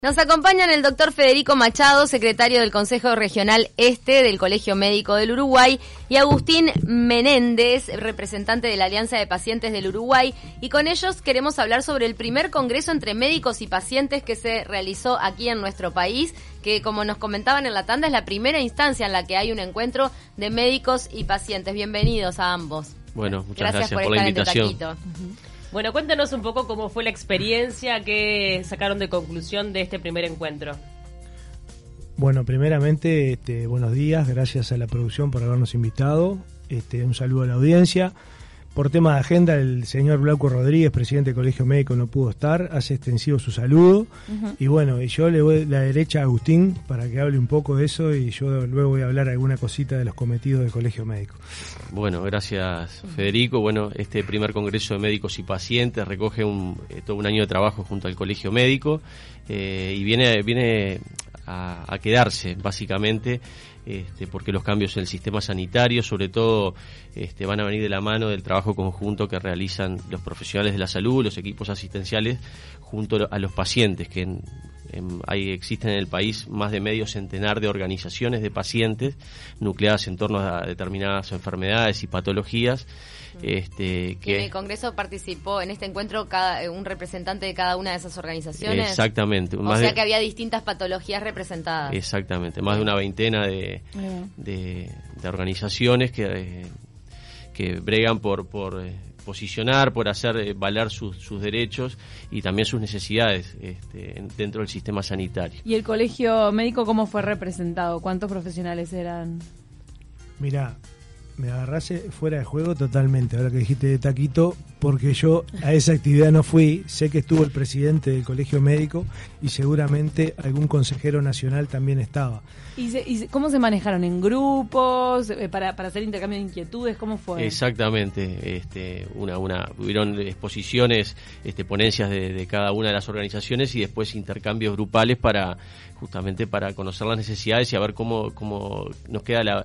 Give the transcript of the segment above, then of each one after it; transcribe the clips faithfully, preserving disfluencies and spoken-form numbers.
Nos acompañan el doctor Federico Machado, secretario del Consejo Regional Este del Colegio Médico del Uruguay, y Agustín Menéndez, representante de la Alianza de Pacientes del Uruguay, y con ellos queremos hablar sobre el primer congreso entre médicos y pacientes que se realizó aquí en nuestro país, que como nos comentaban en la tanda es la primera instancia en la que hay un encuentro de médicos y pacientes. Bienvenidos a ambos. Bueno, muchas gracias, gracias por, por la estar invitación. En Taquito. Uh-huh. Bueno, cuéntanos un poco cómo fue la experiencia, qué sacaron de conclusión de este primer encuentro. Bueno, primeramente, este, buenos días, gracias a la producción por habernos invitado, este, un saludo a la audiencia. Por tema de agenda, el señor Glauco Rodríguez, presidente del Colegio Médico, no pudo estar, hace extensivo su saludo. Uh-huh. Y bueno, y yo le doy la derecha a Agustín para que hable un poco de eso y yo luego voy a hablar alguna cosita de los cometidos del Colegio Médico. Bueno, gracias Federico. Bueno, este primer Congreso de Médicos y Pacientes recoge un, eh, todo un año de trabajo junto al Colegio Médico eh, y viene, viene a, a quedarse básicamente. Este, porque los cambios en el sistema sanitario, sobre todo, este, van a venir de la mano del trabajo conjunto que realizan los profesionales de la salud, los equipos asistenciales, junto a los pacientes, que en, en, hay, existen en el país más de medio centenar de organizaciones de pacientes nucleadas en torno a determinadas enfermedades y patologías. Este, que en el Congreso participó en este encuentro cada, un representante de cada una de esas organizaciones. Exactamente. O más sea de, que había distintas patologías representadas. Exactamente, más de una veintena de, de, de organizaciones que, eh, que bregan por, por eh, posicionar, por hacer eh, valer sus, sus derechos y también sus necesidades este, dentro del sistema sanitario. ¿Y el Colegio Médico cómo fue representado? ¿Cuántos profesionales eran? Mirá, me agarraste fuera de juego totalmente, ahora que dijiste de Taquito, porque yo a esa actividad no fui. Sé que estuvo el presidente del Colegio Médico y seguramente algún consejero nacional también estaba. ¿Y, se, y cómo se manejaron? ¿En grupos? ¿Para, para hacer intercambio de inquietudes? ¿Cómo fue? Exactamente. Este, una, una, hubieron exposiciones, este, ponencias de, de cada una de las organizaciones y después intercambios grupales para justamente para conocer las necesidades y a ver cómo, cómo nos queda la...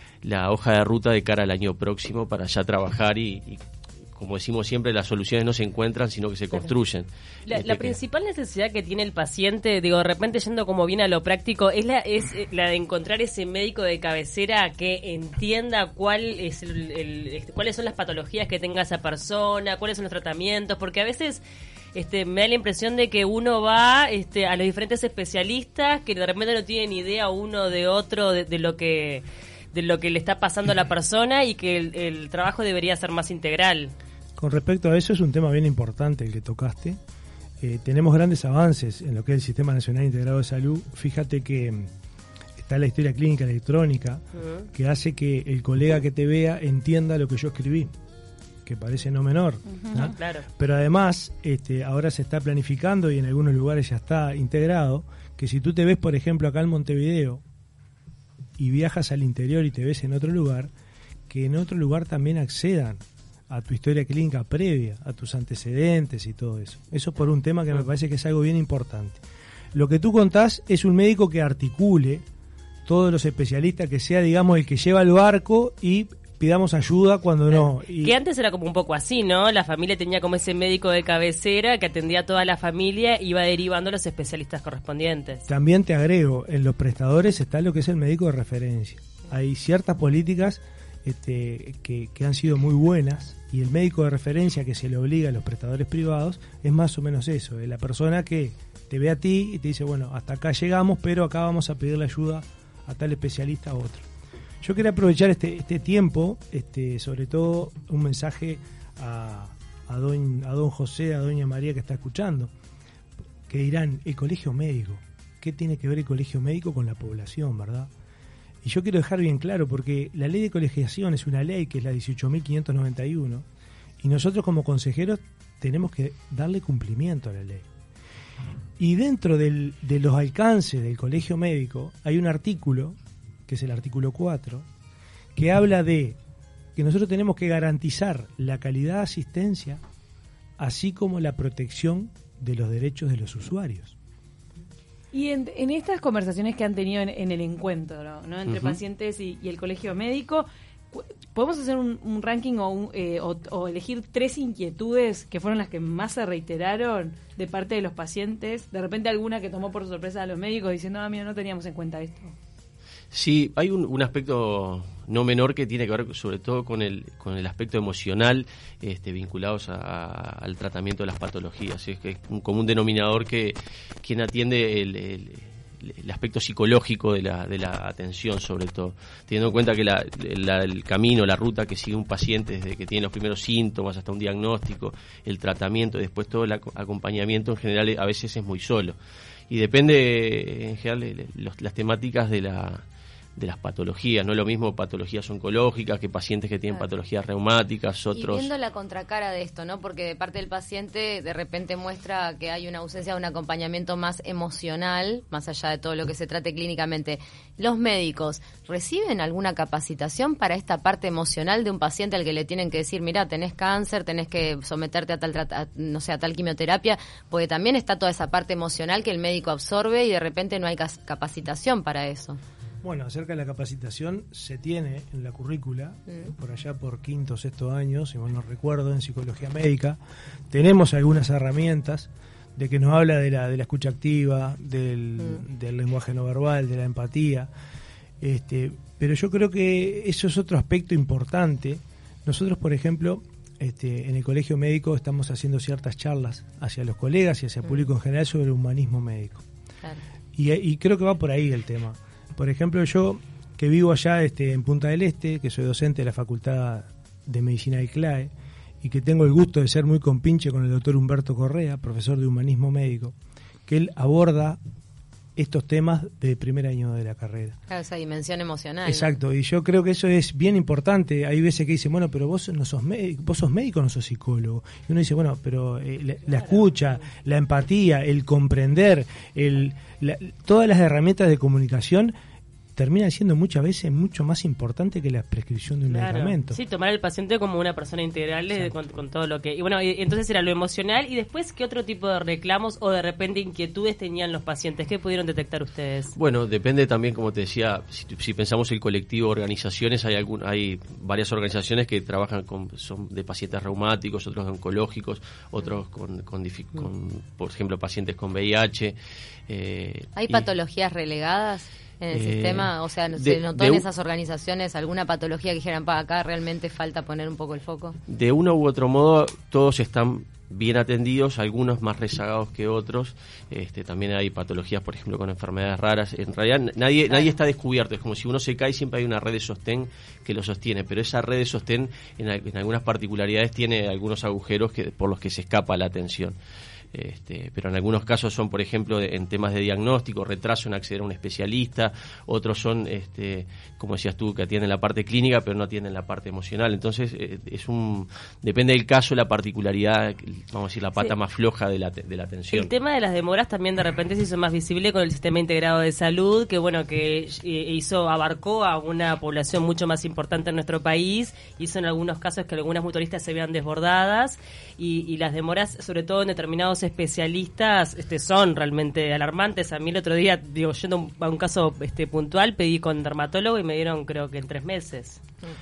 la hoja de ruta de cara al año próximo para ya trabajar y, y como decimos siempre, las soluciones no se encuentran sino que se construyen. La, la principal necesidad que tiene el paciente, digo, de repente yendo como bien a lo práctico, es la, es la de encontrar ese médico de cabecera que entienda cuál es el, el, cuáles son las patologías que tenga esa persona, cuáles son los tratamientos, porque a veces Este, me da la impresión de que uno va este, a los diferentes especialistas que de repente no tienen idea uno de otro de, de lo que de lo que le está pasando a la persona y que el, el trabajo debería ser más integral. Con respecto a eso, es un tema bien importante el que tocaste. Eh, tenemos grandes avances en lo que es el Sistema Nacional Integrado de Salud. Fíjate que está la historia clínica electrónica, uh-huh. que hace que el colega que te vea entienda lo que yo escribí, que parece no menor, uh-huh. ¿no? Claro. Pero además este, ahora se está planificando y en algunos lugares ya está integrado, que si tú te ves, por ejemplo, acá en Montevideo y viajas al interior y te ves en otro lugar, que en otro lugar también accedan a tu historia clínica previa, a tus antecedentes y todo eso. Eso por un tema que me parece que es algo bien importante. Lo que tú contás es un médico que articule todos los especialistas, que sea, digamos, el que lleva el barco y pidamos ayuda cuando no. Y que antes era como un poco así, ¿no? La familia tenía como ese médico de cabecera que atendía a toda la familia y iba derivando a los especialistas correspondientes. También te agrego, en los prestadores está lo que es el médico de referencia. Hay ciertas políticas este, que, que han sido muy buenas y el médico de referencia que se le obliga a los prestadores privados es más o menos eso, es la persona que te ve a ti y te dice, bueno, hasta acá llegamos, pero acá vamos a pedirle ayuda a tal especialista o otro. Yo quería aprovechar este, este tiempo, este, sobre todo un mensaje a, a, don, a don José, a doña María que está escuchando, que dirán, el colegio médico, ¿qué tiene que ver el colegio médico con la población, verdad? Y yo quiero dejar bien claro, porque la ley de colegiación es una ley que es la dieciocho mil quinientos noventa y uno, y nosotros como consejeros tenemos que darle cumplimiento a la ley. Y dentro del, de los alcances del colegio médico hay un artículo, que es el artículo cuatro, que habla de que nosotros tenemos que garantizar la calidad de asistencia, así como la protección de los derechos de los usuarios. Y en, en estas conversaciones que han tenido en, en el encuentro, ¿no? Entre uh-huh. pacientes y, y el colegio médico, ¿Podemos hacer un, un ranking o, un, eh, o, o elegir tres inquietudes que fueron las que más se reiteraron de parte de los pacientes? De repente alguna que tomó por sorpresa a los médicos diciendo, ah, mira, no teníamos en cuenta esto. Sí, hay un, un aspecto no menor que tiene que ver sobre todo con el con el aspecto emocional este, vinculados a, a, al tratamiento de las patologías. Es que es un común denominador que quien atiende el, el el aspecto psicológico de la de la atención, sobre todo teniendo en cuenta que la, la, el camino, la ruta que sigue un paciente desde que tiene los primeros síntomas hasta un diagnóstico, el tratamiento y después todo el acompañamiento en general a veces es muy solo y depende en general los, las temáticas de la de las patologías, no es lo mismo patologías oncológicas que pacientes que tienen claro. patologías reumáticas, otros... Y viendo la contracara de esto, ¿no? Porque de parte del paciente de repente muestra que hay una ausencia de un acompañamiento más emocional, más allá de todo lo que se trate clínicamente. ¿Los médicos reciben alguna capacitación para esta parte emocional de un paciente al que le tienen que decir, mira, tenés cáncer, tenés que someterte a tal, a, no sé, a tal quimioterapia? Porque también está toda esa parte emocional que el médico absorbe y de repente no hay capacitación para eso. Bueno, acerca de la capacitación se tiene en la currícula, mm. por allá por quinto o sexto año, si mal no recuerdo, en psicología médica. Tenemos algunas herramientas de que nos habla de la de la escucha activa, del, mm. del lenguaje no verbal, de la empatía. Este, pero yo creo que eso es otro aspecto importante. Nosotros, por ejemplo, este, en el colegio médico estamos haciendo ciertas charlas hacia los colegas y hacia el mm. público en general sobre el humanismo médico. Claro. Y, y creo que va por ahí el tema. Por ejemplo, yo que vivo allá este, en Punta del Este, que soy docente de la Facultad de Medicina del C L A E y que tengo el gusto de ser muy compinche con el doctor Humberto Correa, profesor de humanismo médico, que él aborda estos temas de primer año de la carrera. Claro, esa dimensión emocional. Exacto, ¿no? Y yo creo que eso es bien importante. Hay veces que dicen, bueno, pero vos no sos médico, vos sos médico, no sos psicólogo. Y uno dice, bueno, pero eh, la, la escucha, la empatía, el comprender, el, la, todas las herramientas de comunicación terminan siendo muchas veces mucho más importante que la prescripción de un claro. medicamento. Sí, tomar al paciente como una persona integral de, con, con todo lo que... Y bueno, y, entonces era lo emocional, y después, ¿qué otro tipo de reclamos o de repente inquietudes tenían los pacientes? ¿Qué pudieron detectar ustedes? Bueno, depende también, como te decía, si, si pensamos el colectivo organizaciones, hay algún, hay varias organizaciones que trabajan con, son de pacientes reumáticos, otros oncológicos, otros con, con, con, con por ejemplo, pacientes con V I H. Eh, ¿Hay y, patologías relegadas en el eh, sistema? O sea, ¿se de, notó de, en esas organizaciones alguna patología que dijeran, pa, acá realmente falta poner un poco el foco? De uno u otro modo, todos están bien atendidos, algunos más rezagados que otros. Este, también hay patologías, por ejemplo, con enfermedades raras. En realidad, nadie claro. nadie está descubierto. Es como si uno se cae, siempre hay una red de sostén que lo sostiene. Pero esa red de sostén, en, en algunas particularidades, tiene algunos agujeros que por los que se escapa la atención. Este, pero en algunos casos son, por ejemplo, de, en temas de diagnóstico, retraso en acceder a un especialista, otros son, este, como decías tú, que atienden la parte clínica pero no atienden la parte emocional. Entonces, eh, es un depende del caso, la particularidad, vamos a decir, la pata sí. más floja de la, de la atención. El tema de las demoras también de repente se hizo más visible con el sistema integrado de salud, que bueno, que hizo, abarcó a una población mucho más importante en nuestro país, hizo en algunos casos que algunas mutualistas se vean desbordadas, y, y las demoras, sobre todo en determinados especialistas, este, son realmente alarmantes. A mí el otro día, digo, yendo a un caso este, puntual, pedí con dermatólogo y me dieron, creo que en tres meses.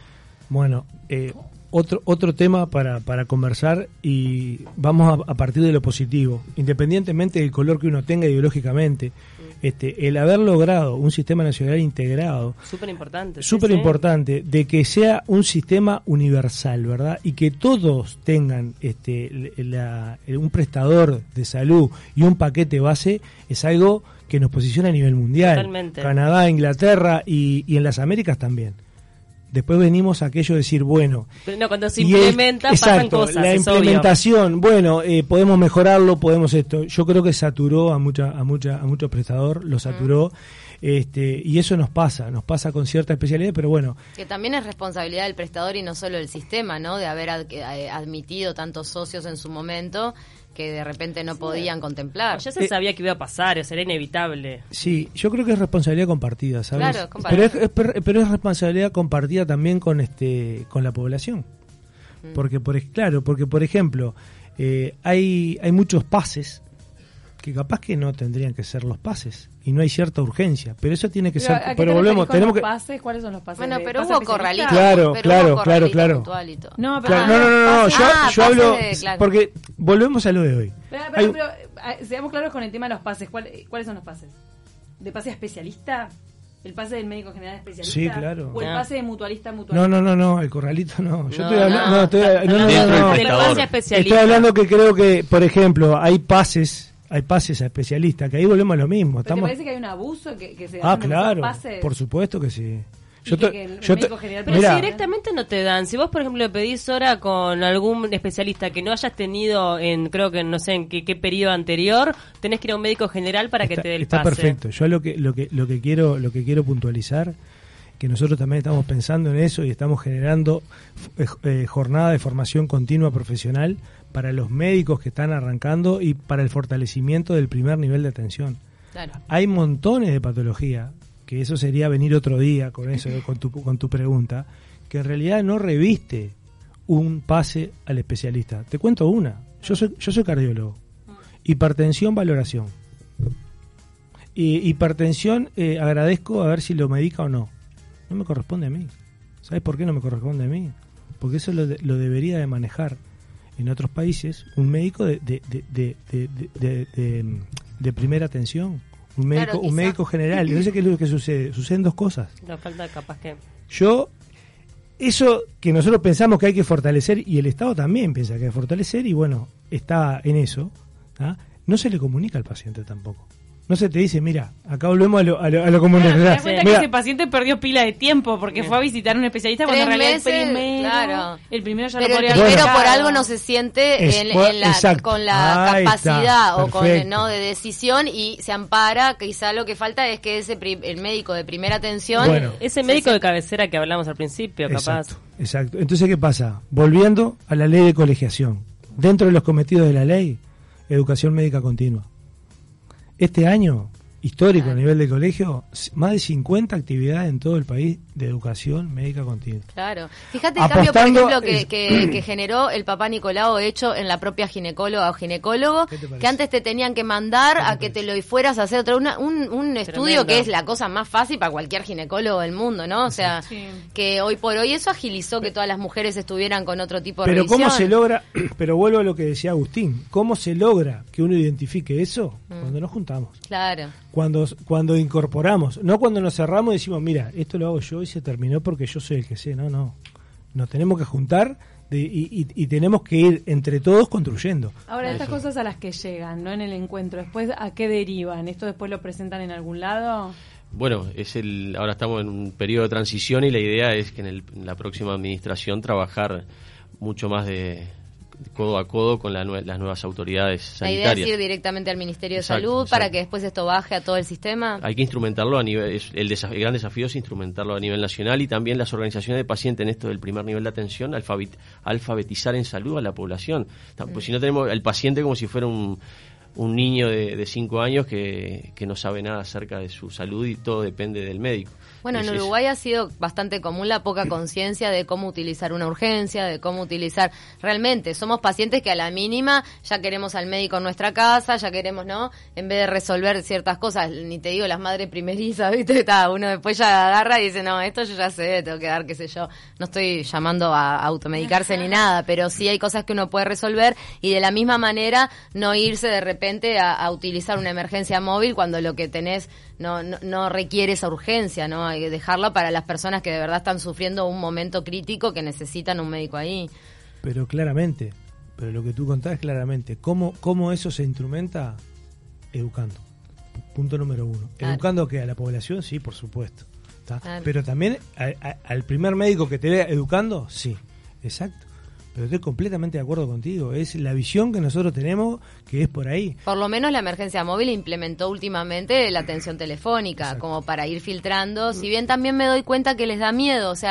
Bueno, eh, otro otro tema para, para conversar, y vamos a, a partir de lo positivo, independientemente del color que uno tenga ideológicamente. Este, el haber logrado un sistema nacional integrado, súper importante, súper sí, importante, sí. de que sea un sistema universal, ¿verdad? Y que todos tengan este, la, un prestador de salud y un paquete base, es algo que nos posiciona a nivel mundial. Totalmente. Canadá, Inglaterra y, y en las Américas también. Después venimos a aquello de decir, bueno... Pero no, cuando se implementa el, pasan exacto, cosas, la es implementación, obvio. bueno, eh, podemos mejorarlo, podemos esto. Yo creo que saturó a mucha a mucha a mucho prestador, lo saturó, mm. este y eso nos pasa, nos pasa con cierta especialidad, pero bueno... Que también es responsabilidad del prestador y no solo del sistema, ¿no? De haber ad, admitido tantos socios en su momento que de repente no podían sí. contemplar. Ya se eh, sabía que iba a pasar, eso era inevitable. Sí, yo creo que es responsabilidad compartida, ¿sabes? Claro, pero es, es, pero es responsabilidad compartida también con este con la población. Mm. Porque por claro, porque por ejemplo, eh, hay hay muchos pases que capaz que no tendrían que ser los pases y no hay cierta urgencia, pero eso tiene que Pero, ser, ¿a qué pero te volvemos, referís con tenemos los que pases? ¿Cuáles son los pases? Bueno, ¿De pero pase hubo especialista? corralito. Claro, pero claro, hubo claro, corralito claro. puntual y todo. No, pero Claro, no, no, no, no, yo, Ah, yo hablo pases de- claro. porque volvemos a lo de hoy. Pero, Hay pero, un- pero, eh, seamos claros con el tema de los pases. ¿Cuál- ¿Cuáles son los pases? ¿De pase especialista? ¿El pase del médico general especialista? Sí, claro. ¿O el Ah. pase de mutualista mutualista? No, no, no, no, el corralito no. Yo No, estoy hablando, no, no, estoy, no, no, no, Dentro del no, Del prestador. pase especialista. Estoy hablando que creo que, por ejemplo, hay pases, hay pases a especialistas, que ahí volvemos a lo mismo. ¿Pero te Estamos... parece que hay un abuso que, que se Ah, hacen demasiados claro, pases? por supuesto que sí. Y Yo que- te- que el yo te- médico general- Pero Mirá, si directamente no te dan, si vos por ejemplo pedís hora con algún especialista que no hayas tenido en, creo que no sé en qué, qué periodo anterior, tenés que ir a un médico general para que está, te dé el está pase. perfecto. Yo lo que lo que lo que quiero lo que quiero puntualizar, que nosotros también estamos pensando en eso y estamos generando eh, eh, jornada de formación continua profesional para los médicos que están arrancando y para el fortalecimiento del primer nivel de atención. Claro. Hay montones de patología, que eso sería venir otro día con eso, con tu, con tu pregunta, que en realidad no reviste un pase al especialista. Te cuento una. Yo soy, yo soy cardiólogo. Hipertensión, valoración. Y hipertensión, eh, agradezco a ver si lo medica o no. No me corresponde a mí. ¿Sabes por qué no me corresponde a mí? Porque eso lo, de- lo debería de manejar en otros países un médico de, de, de, de, de, de- de- de primera atención, un médico, Claro, un quizá. médico general. Entonces, ¿qué es lo que sucede? Suceden dos cosas. No falta capaz que... Yo, eso que nosotros pensamos que hay que fortalecer, y el Estado también piensa que hay que fortalecer, y bueno, está en eso, ¿ah? No se le comunica al paciente tampoco. No se te dice, mira, acá volvemos a lo, a lo, a lo común. Claro, te das Mira, cuenta que ese paciente perdió pila de tiempo porque fue a visitar a un especialista cuando en Tres realidad meses, el primero, claro. el primero ya Pero lo el podría primero haber por sacado. algo no se siente Es- en, por- en la- exacto. con la Ahí está, capacidad o con perfecto. no de decisión y se ampara. Quizá lo que falta es que ese pri- el médico de primera atención Bueno. Ese médico de cabecera que hablamos al principio, capaz. Exacto, exacto. Entonces, ¿qué pasa? Volviendo a la ley de colegiación. Dentro de los cometidos de la ley, educación médica continua. Este año, histórico a nivel de colegio, c- más de cincuenta actividades en todo el país de educación médica continua. Claro. Fíjate el cambio, por Apostando ejemplo, que, es- que, que generó el papá Nicolau hecho en la propia ginecóloga o ginecólogo, ¿Qué te parece? que antes te tenían que mandar a que te lo fueras a hacer otro, una- un, un estudio que es la cosa más fácil para cualquier ginecólogo del mundo, ¿no? O sea, Sí. que hoy por hoy eso agilizó que todas las mujeres estuvieran con otro tipo de Pero revisión. ¿cómo se logra? Pero vuelvo a lo que decía Agustín. ¿Cómo se logra que uno identifique eso? Mm. Cuando nos juntamos. Claro. Cuando, cuando incorporamos, no cuando nos cerramos y decimos, mira, esto lo hago yo y se terminó porque yo soy el que sé. No, no. Nos tenemos que juntar de- y, y- y tenemos que ir entre todos construyendo. Ahora, estas cosas a las que llegan, ¿no? En el encuentro, después, ¿a qué derivan? ¿Esto después lo presentan en algún lado? Bueno, es el ahora estamos en un periodo de transición y la idea es que en, el- en la próxima administración trabajar mucho más de, de codo a codo con la nue- las nuevas autoridades La idea es sanitarias. ir directamente al Ministerio de Exacto, Salud exacto. para que después esto baje a todo el sistema. Hay que instrumentarlo a nivel, es- el, desa- el gran desafío es instrumentarlo a nivel nacional y también las organizaciones de pacientes en esto del primer nivel de atención, alfabet- alfabetizar en salud a la población. Ta- Pues si no tenemos al paciente como si fuera un, un niño de, de cinco años que, que no sabe nada acerca de su salud y todo depende del médico. Bueno, en Es- es- Uruguay ha sido bastante común la poca conciencia de cómo utilizar una urgencia, de cómo utilizar realmente. Somos pacientes que a la mínima ya queremos al médico en nuestra casa, ya queremos, ¿no? En vez de resolver ciertas cosas, ni te digo las madres primerizas, ¿viste? Está, uno después ya agarra y dice, no, esto yo ya sé, tengo que dar, qué sé yo. No estoy llamando a automedicarse ni nada, pero sí hay cosas que uno puede resolver y de la misma manera no irse de repente a, a utilizar una emergencia móvil cuando lo que tenés no, no, no requiere esa urgencia, ¿no? Hay que dejarla para las personas que de verdad están sufriendo un momento crítico que necesitan un médico ahí. Pero claramente, pero lo que tú contás claramente, ¿cómo, cómo eso se instrumenta? Educando. Punto número uno. Claro. ¿Educando qué? A la población? Sí, por supuesto. ¿Tá? Claro. Pero también a- a- al primer médico que te vea educando, sí, exacto. Pero estoy completamente de acuerdo contigo. Es la visión que nosotros tenemos que es por ahí. Por lo menos la emergencia móvil implementó últimamente la atención telefónica, Exacto. como para ir filtrando. Si bien también me doy cuenta que les da miedo, o sea,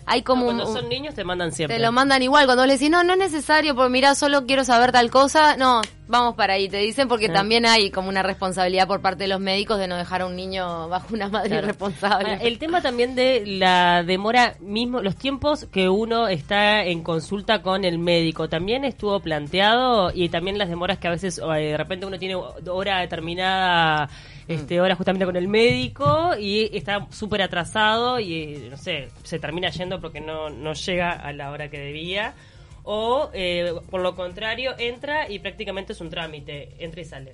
hay como No, cuando un, son niños te mandan siempre. te lo mandan igual, cuando le decís, no, no es necesario, porque mirá, solo quiero saber tal cosa, no, vamos para ahí, te dicen, porque Ah. también hay como una responsabilidad por parte de los médicos de no dejar a un niño bajo una madre Claro. irresponsable. Ahora, el tema también de la demora mismo, los tiempos que uno está en consulta con el médico, también estuvo planteado, y también las demoras que a veces eh, de repente uno tiene hora determinada, este hora justamente con el médico y está súper atrasado y eh, no sé, se termina yendo porque no, no llega a la hora que debía. O, eh, por lo contrario, entra y prácticamente es un trámite, entra y sale.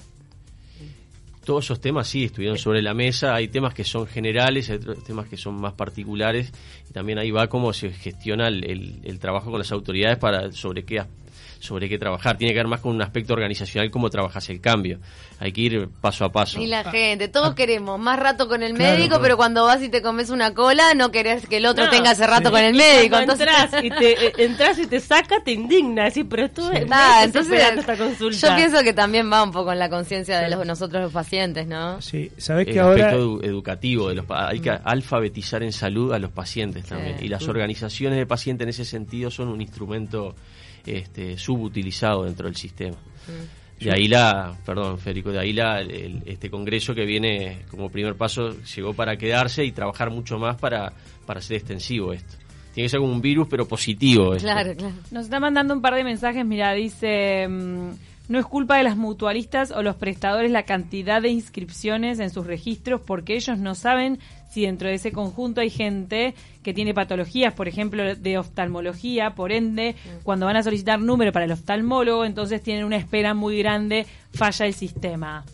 Todos esos temas sí estuvieron sobre la mesa. Hay temas que son generales, hay otros temas que son más particulares. Y también ahí va cómo se gestiona el, el, el trabajo con las autoridades para sobre qué sobre qué trabajar. Tiene que ver más con un aspecto organizacional, cómo trabajas el cambio. Hay que ir paso a paso. Y la gente, todos queremos más rato con el Claro, médico, claro. pero cuando vas y te comes una cola, no querés que el otro No, tenga ese rato sí. con el Y médico. cuando Entonces, entras y te eh, entras y te saca, te indigna, decir, pero estuve Ah, meses entonces, esperando esta consulta. yo pienso que también va un poco en la conciencia de los, nosotros los pacientes, ¿no? Sí, sabés El que ahora aspecto edu- educativo de los pa- hay que alfabetizar en salud a los pacientes también. Sí. Y las organizaciones de pacientes en ese sentido son un instrumento este, subutilizado dentro del sistema. De ahí la, perdón Federico, de ahí la, el- este congreso que viene como primer paso llegó para quedarse y trabajar mucho más para, para hacer extensivo esto. Tiene que ser como un virus pero positivo esto. Claro, claro. Nos está mandando un par de mensajes, mira, dice, mm, no es culpa de las mutualistas o los prestadores la cantidad de inscripciones en sus registros porque ellos no saben si dentro de ese conjunto hay gente que tiene patologías, por ejemplo, de oftalmología, por ende, cuando van a solicitar número para el oftalmólogo, entonces tienen una espera muy grande, falla el sistema.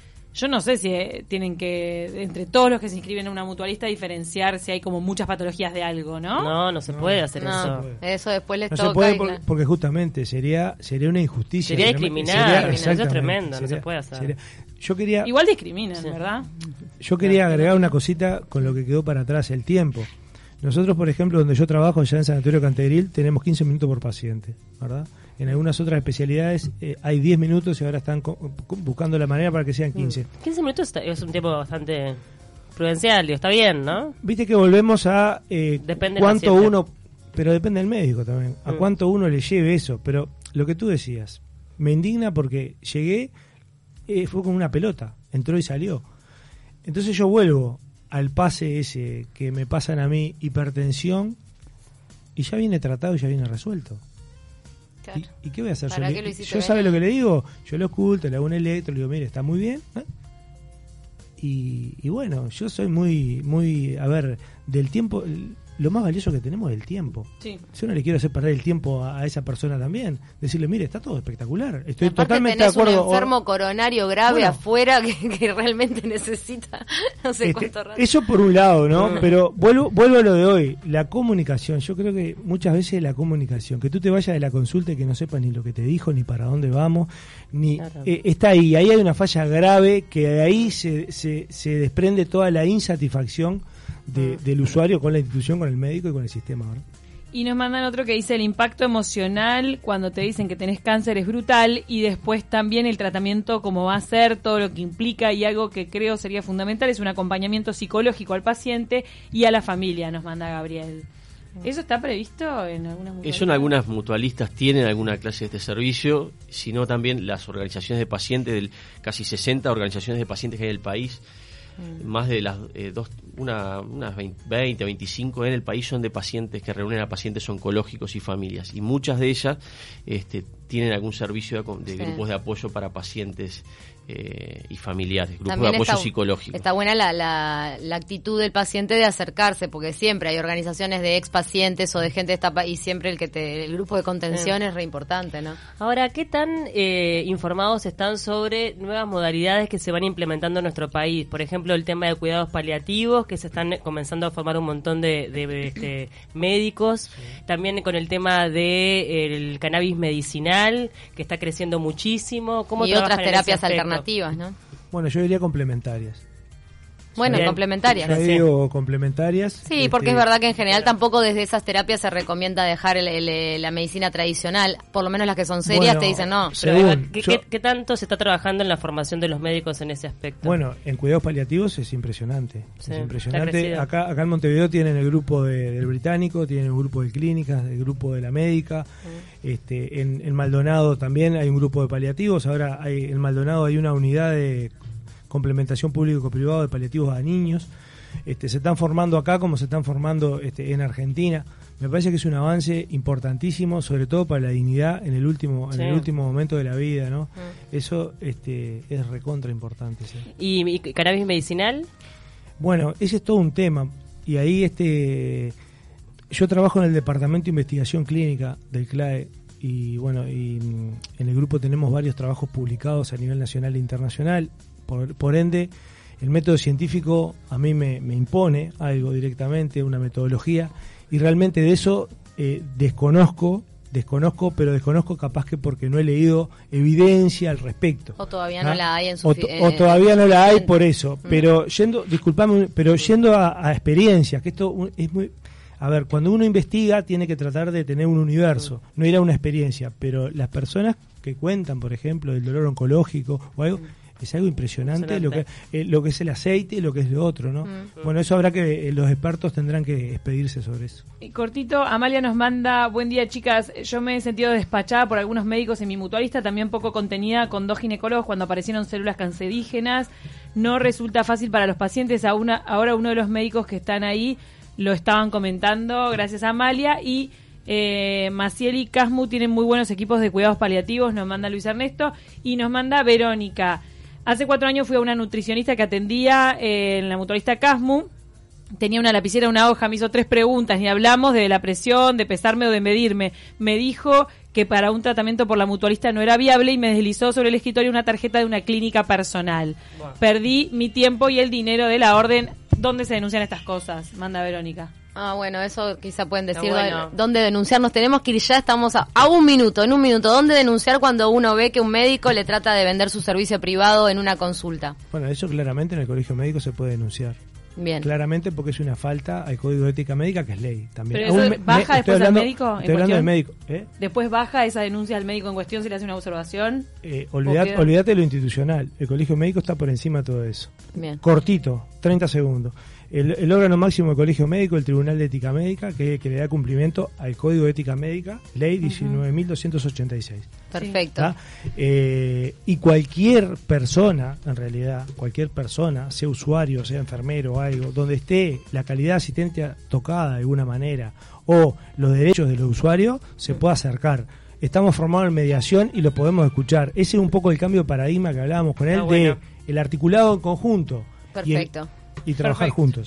Yo no sé si eh, tienen que, entre todos los que se inscriben en una mutualista, diferenciar si hay como muchas patologías de algo, ¿no? No, no se puede hacer No, eso. eso después les no toca. se puede y por- claro. porque justamente sería sería una injusticia. Sería tremenda. discriminar, Sería- eso es exactamente, tremendo, no se puede hacer. Yo quería Igual discriminan, Sí. ¿verdad? yo quería agregar una cosita con lo que quedó para atrás, el tiempo. Nosotros, por ejemplo, donde yo trabajo, ya en Sanatorio Cantegril, tenemos quince minutos por paciente, ¿verdad? En algunas otras especialidades eh, hay diez minutos y ahora están co- co- buscando la manera para que sean quince. quince minutos está- es un tiempo bastante prudencial, digo, está bien, ¿no? Viste que volvemos a eh, Depende del cuánto paciente. uno, pero depende del médico también, a Mm. cuánto uno le lleve eso. Pero lo que tú decías, me indigna porque llegué, eh, fue como una pelota, entró y salió. Entonces yo vuelvo al pase ese que me pasan a mí, hipertensión, y ya viene tratado y ya viene resuelto. Claro. ¿Y, y qué voy a hacer? ¿Para yo qué le- lo hiciste yo sabe venir? lo que le digo, yo lo oculto, le hago un electro, le digo, mire, está muy bien. ¿eh? Y, y bueno, yo soy muy, muy, a ver, del tiempo, lo más valioso que tenemos es el tiempo. Sí. Yo no le quiero hacer perder el tiempo a, a esa persona también. Decirle, mire, está todo espectacular. Estoy Aparte totalmente de tenés acuerdo. un enfermo coronario grave Bueno. afuera que, que realmente necesita no sé Este, cuánto rato. eso por un lado, ¿no? Mm. Pero vuelvo, vuelvo a lo de hoy, la comunicación. Yo creo que muchas veces la comunicación, que tú te vayas de la consulta y que no sepas ni lo que te dijo, ni para dónde vamos, ni Claro. eh, está ahí. Ahí hay una falla grave que de ahí se, se, se desprende toda la insatisfacción de- del usuario con la institución, con el médico y con el sistema, ¿verdad? Y nos mandan otro que dice el impacto emocional cuando te dicen que tenés cáncer es brutal y después también el tratamiento como va a ser, todo lo que implica y algo que creo sería fundamental es un acompañamiento psicológico al paciente y a la familia, nos manda Gabriel. ¿Eso está previsto en algunas mutualistas? Eso en algunas mutualistas tienen alguna clase de este servicio, sino también las organizaciones de pacientes, del casi sesenta organizaciones de pacientes que hay en el país, más de las eh, dos, una, unas veinte, veinticinco en el país son de pacientes que reúnen a pacientes oncológicos y familias, y muchas de ellas este, tienen algún servicio de, acom- de Sí. grupos de apoyo para pacientes eh, y familiares, grupos También de apoyo está, psicológico. está buena la, la, la actitud del paciente de acercarse, porque siempre hay organizaciones de ex pacientes o de gente de esta pa- y siempre el que te, el grupo de contención es re importante, ¿no? Ahora, ¿qué tan eh, informados están sobre nuevas modalidades que se van implementando en nuestro país? Por ejemplo, el tema de cuidados paliativos, que se están comenzando a formar un montón de, de, este, médicos. También con el tema del cannabis medicinal, que está creciendo muchísimo. ¿Cómo Y trabajan otras en ese terapias aspecto? alternativas, ¿no? Bueno, yo diría complementarias. Bueno, Bien. complementarias. Ya digo, complementarias. Sí, porque Este, es verdad que en general tampoco desde esas terapias se recomienda dejar el- el- la medicina tradicional, por lo menos las que son serias Bueno, te dicen no. sí. Pero, Según, Eva, ¿qué, yo- qué- qué tanto se está trabajando en la formación de los médicos en ese aspecto? Bueno, en cuidados paliativos es impresionante. Sí, es ha impresionante. crecido. Acá, acá en Montevideo tienen el grupo de- del británico, tienen el grupo de clínicas, el grupo de la médica. Este, en, en Maldonado también hay un grupo de paliativos. Ahora hay, en Maldonado hay una unidad de complementación público-privado de paliativos a niños. Este, se están formando acá como se están formando este, en Argentina. Me parece que es un avance importantísimo, sobre todo para la dignidad en el último, Sí. en el último momento de la vida, ¿no? Eso este, es recontra importante. ¿Sí? ¿Y, y cannabis medicinal? Bueno, ese es todo un tema. Y ahí este yo trabajo en el Departamento de Investigación Clínica del C L A E y bueno, y mm, en el grupo tenemos varios trabajos publicados a nivel nacional e internacional. Por, por ende, el método científico a mí me, me impone algo directamente, una metodología, y realmente de eso eh, desconozco, desconozco, pero desconozco capaz que porque no he leído evidencia al respecto. O todavía ¿Ah? no la hay en su o, fi- to- eh, o todavía no la hay suficiente. por eso, pero yendo, disculpame, pero yendo a, a experiencias, que esto un- es muy... A ver, cuando uno investiga tiene que tratar de tener un universo, no ir a una experiencia, pero las personas que cuentan, por ejemplo, del dolor oncológico o algo, es algo impresionante, lo que eh, lo que es el aceite, lo que es lo otro, ¿no? Mm. Bueno, eso habrá que, eh, los expertos tendrán que expedirse sobre eso. Y cortito, Amalia nos manda, buen día chicas, yo me he sentido despachada por algunos médicos en mi mutualista, también poco contenida con dos ginecólogos cuando aparecieron células cancerígenas, no resulta fácil para los pacientes, a una, ahora uno de los médicos que están ahí lo estaban comentando, gracias a Amalia, y eh, Maciel y Casmu tienen muy buenos equipos de cuidados paliativos, nos manda Luis Ernesto, y nos manda Verónica. Hace cuatro años fui a una nutricionista que atendía eh, en la mutualista Casmu. Tenía una lapicera, una hoja, me hizo tres preguntas y hablamos de la presión, de pesarme o de medirme. Me dijo que para un tratamiento por la mutualista no era viable y me deslizó sobre el escritorio una tarjeta de una clínica personal. Wow. Perdí mi tiempo y el dinero de la orden. ¿Dónde se denuncian estas cosas? Manda Verónica. Ah, bueno, eso quizá pueden decir Está bueno. dónde- dónde denunciarnos. Tenemos que ir ya, estamos a, a un minuto, en un minuto. ¿Dónde denunciar cuando uno ve que un médico le trata de vender su servicio privado en una consulta? Bueno, eso claramente en el colegio médico se puede denunciar. Bien. Claramente porque es una falta al Código de Ética Médica, que es ley también. Pero Aún eso me- baja me- estoy después al hablando- médico en Estoy hablando del cuestión. médico. ¿eh? Después baja esa denuncia al médico en cuestión si le hace una observación. Eh, olvidate, queda? olvidate de lo institucional. El colegio médico está por encima de todo eso. Bien. Cortito, treinta segundos. El, el órgano máximo del colegio médico, el Tribunal de Ética Médica, que, que le da cumplimiento al Código de Ética Médica, ley diecinueve mil doscientos ochenta y seis. Perfecto. ¿Tá? Eh, y cualquier persona, en realidad, cualquier persona, sea usuario, sea enfermero o algo, donde esté la calidad de asistente tocada de alguna manera o los derechos de los usuarios, se puede acercar. Estamos formados en mediación y lo podemos escuchar. Ese es un poco el cambio de paradigma que hablábamos con él, Ah, bueno. de el articulado en conjunto y, el- Perfecto. y trabajar Perfecto. juntos.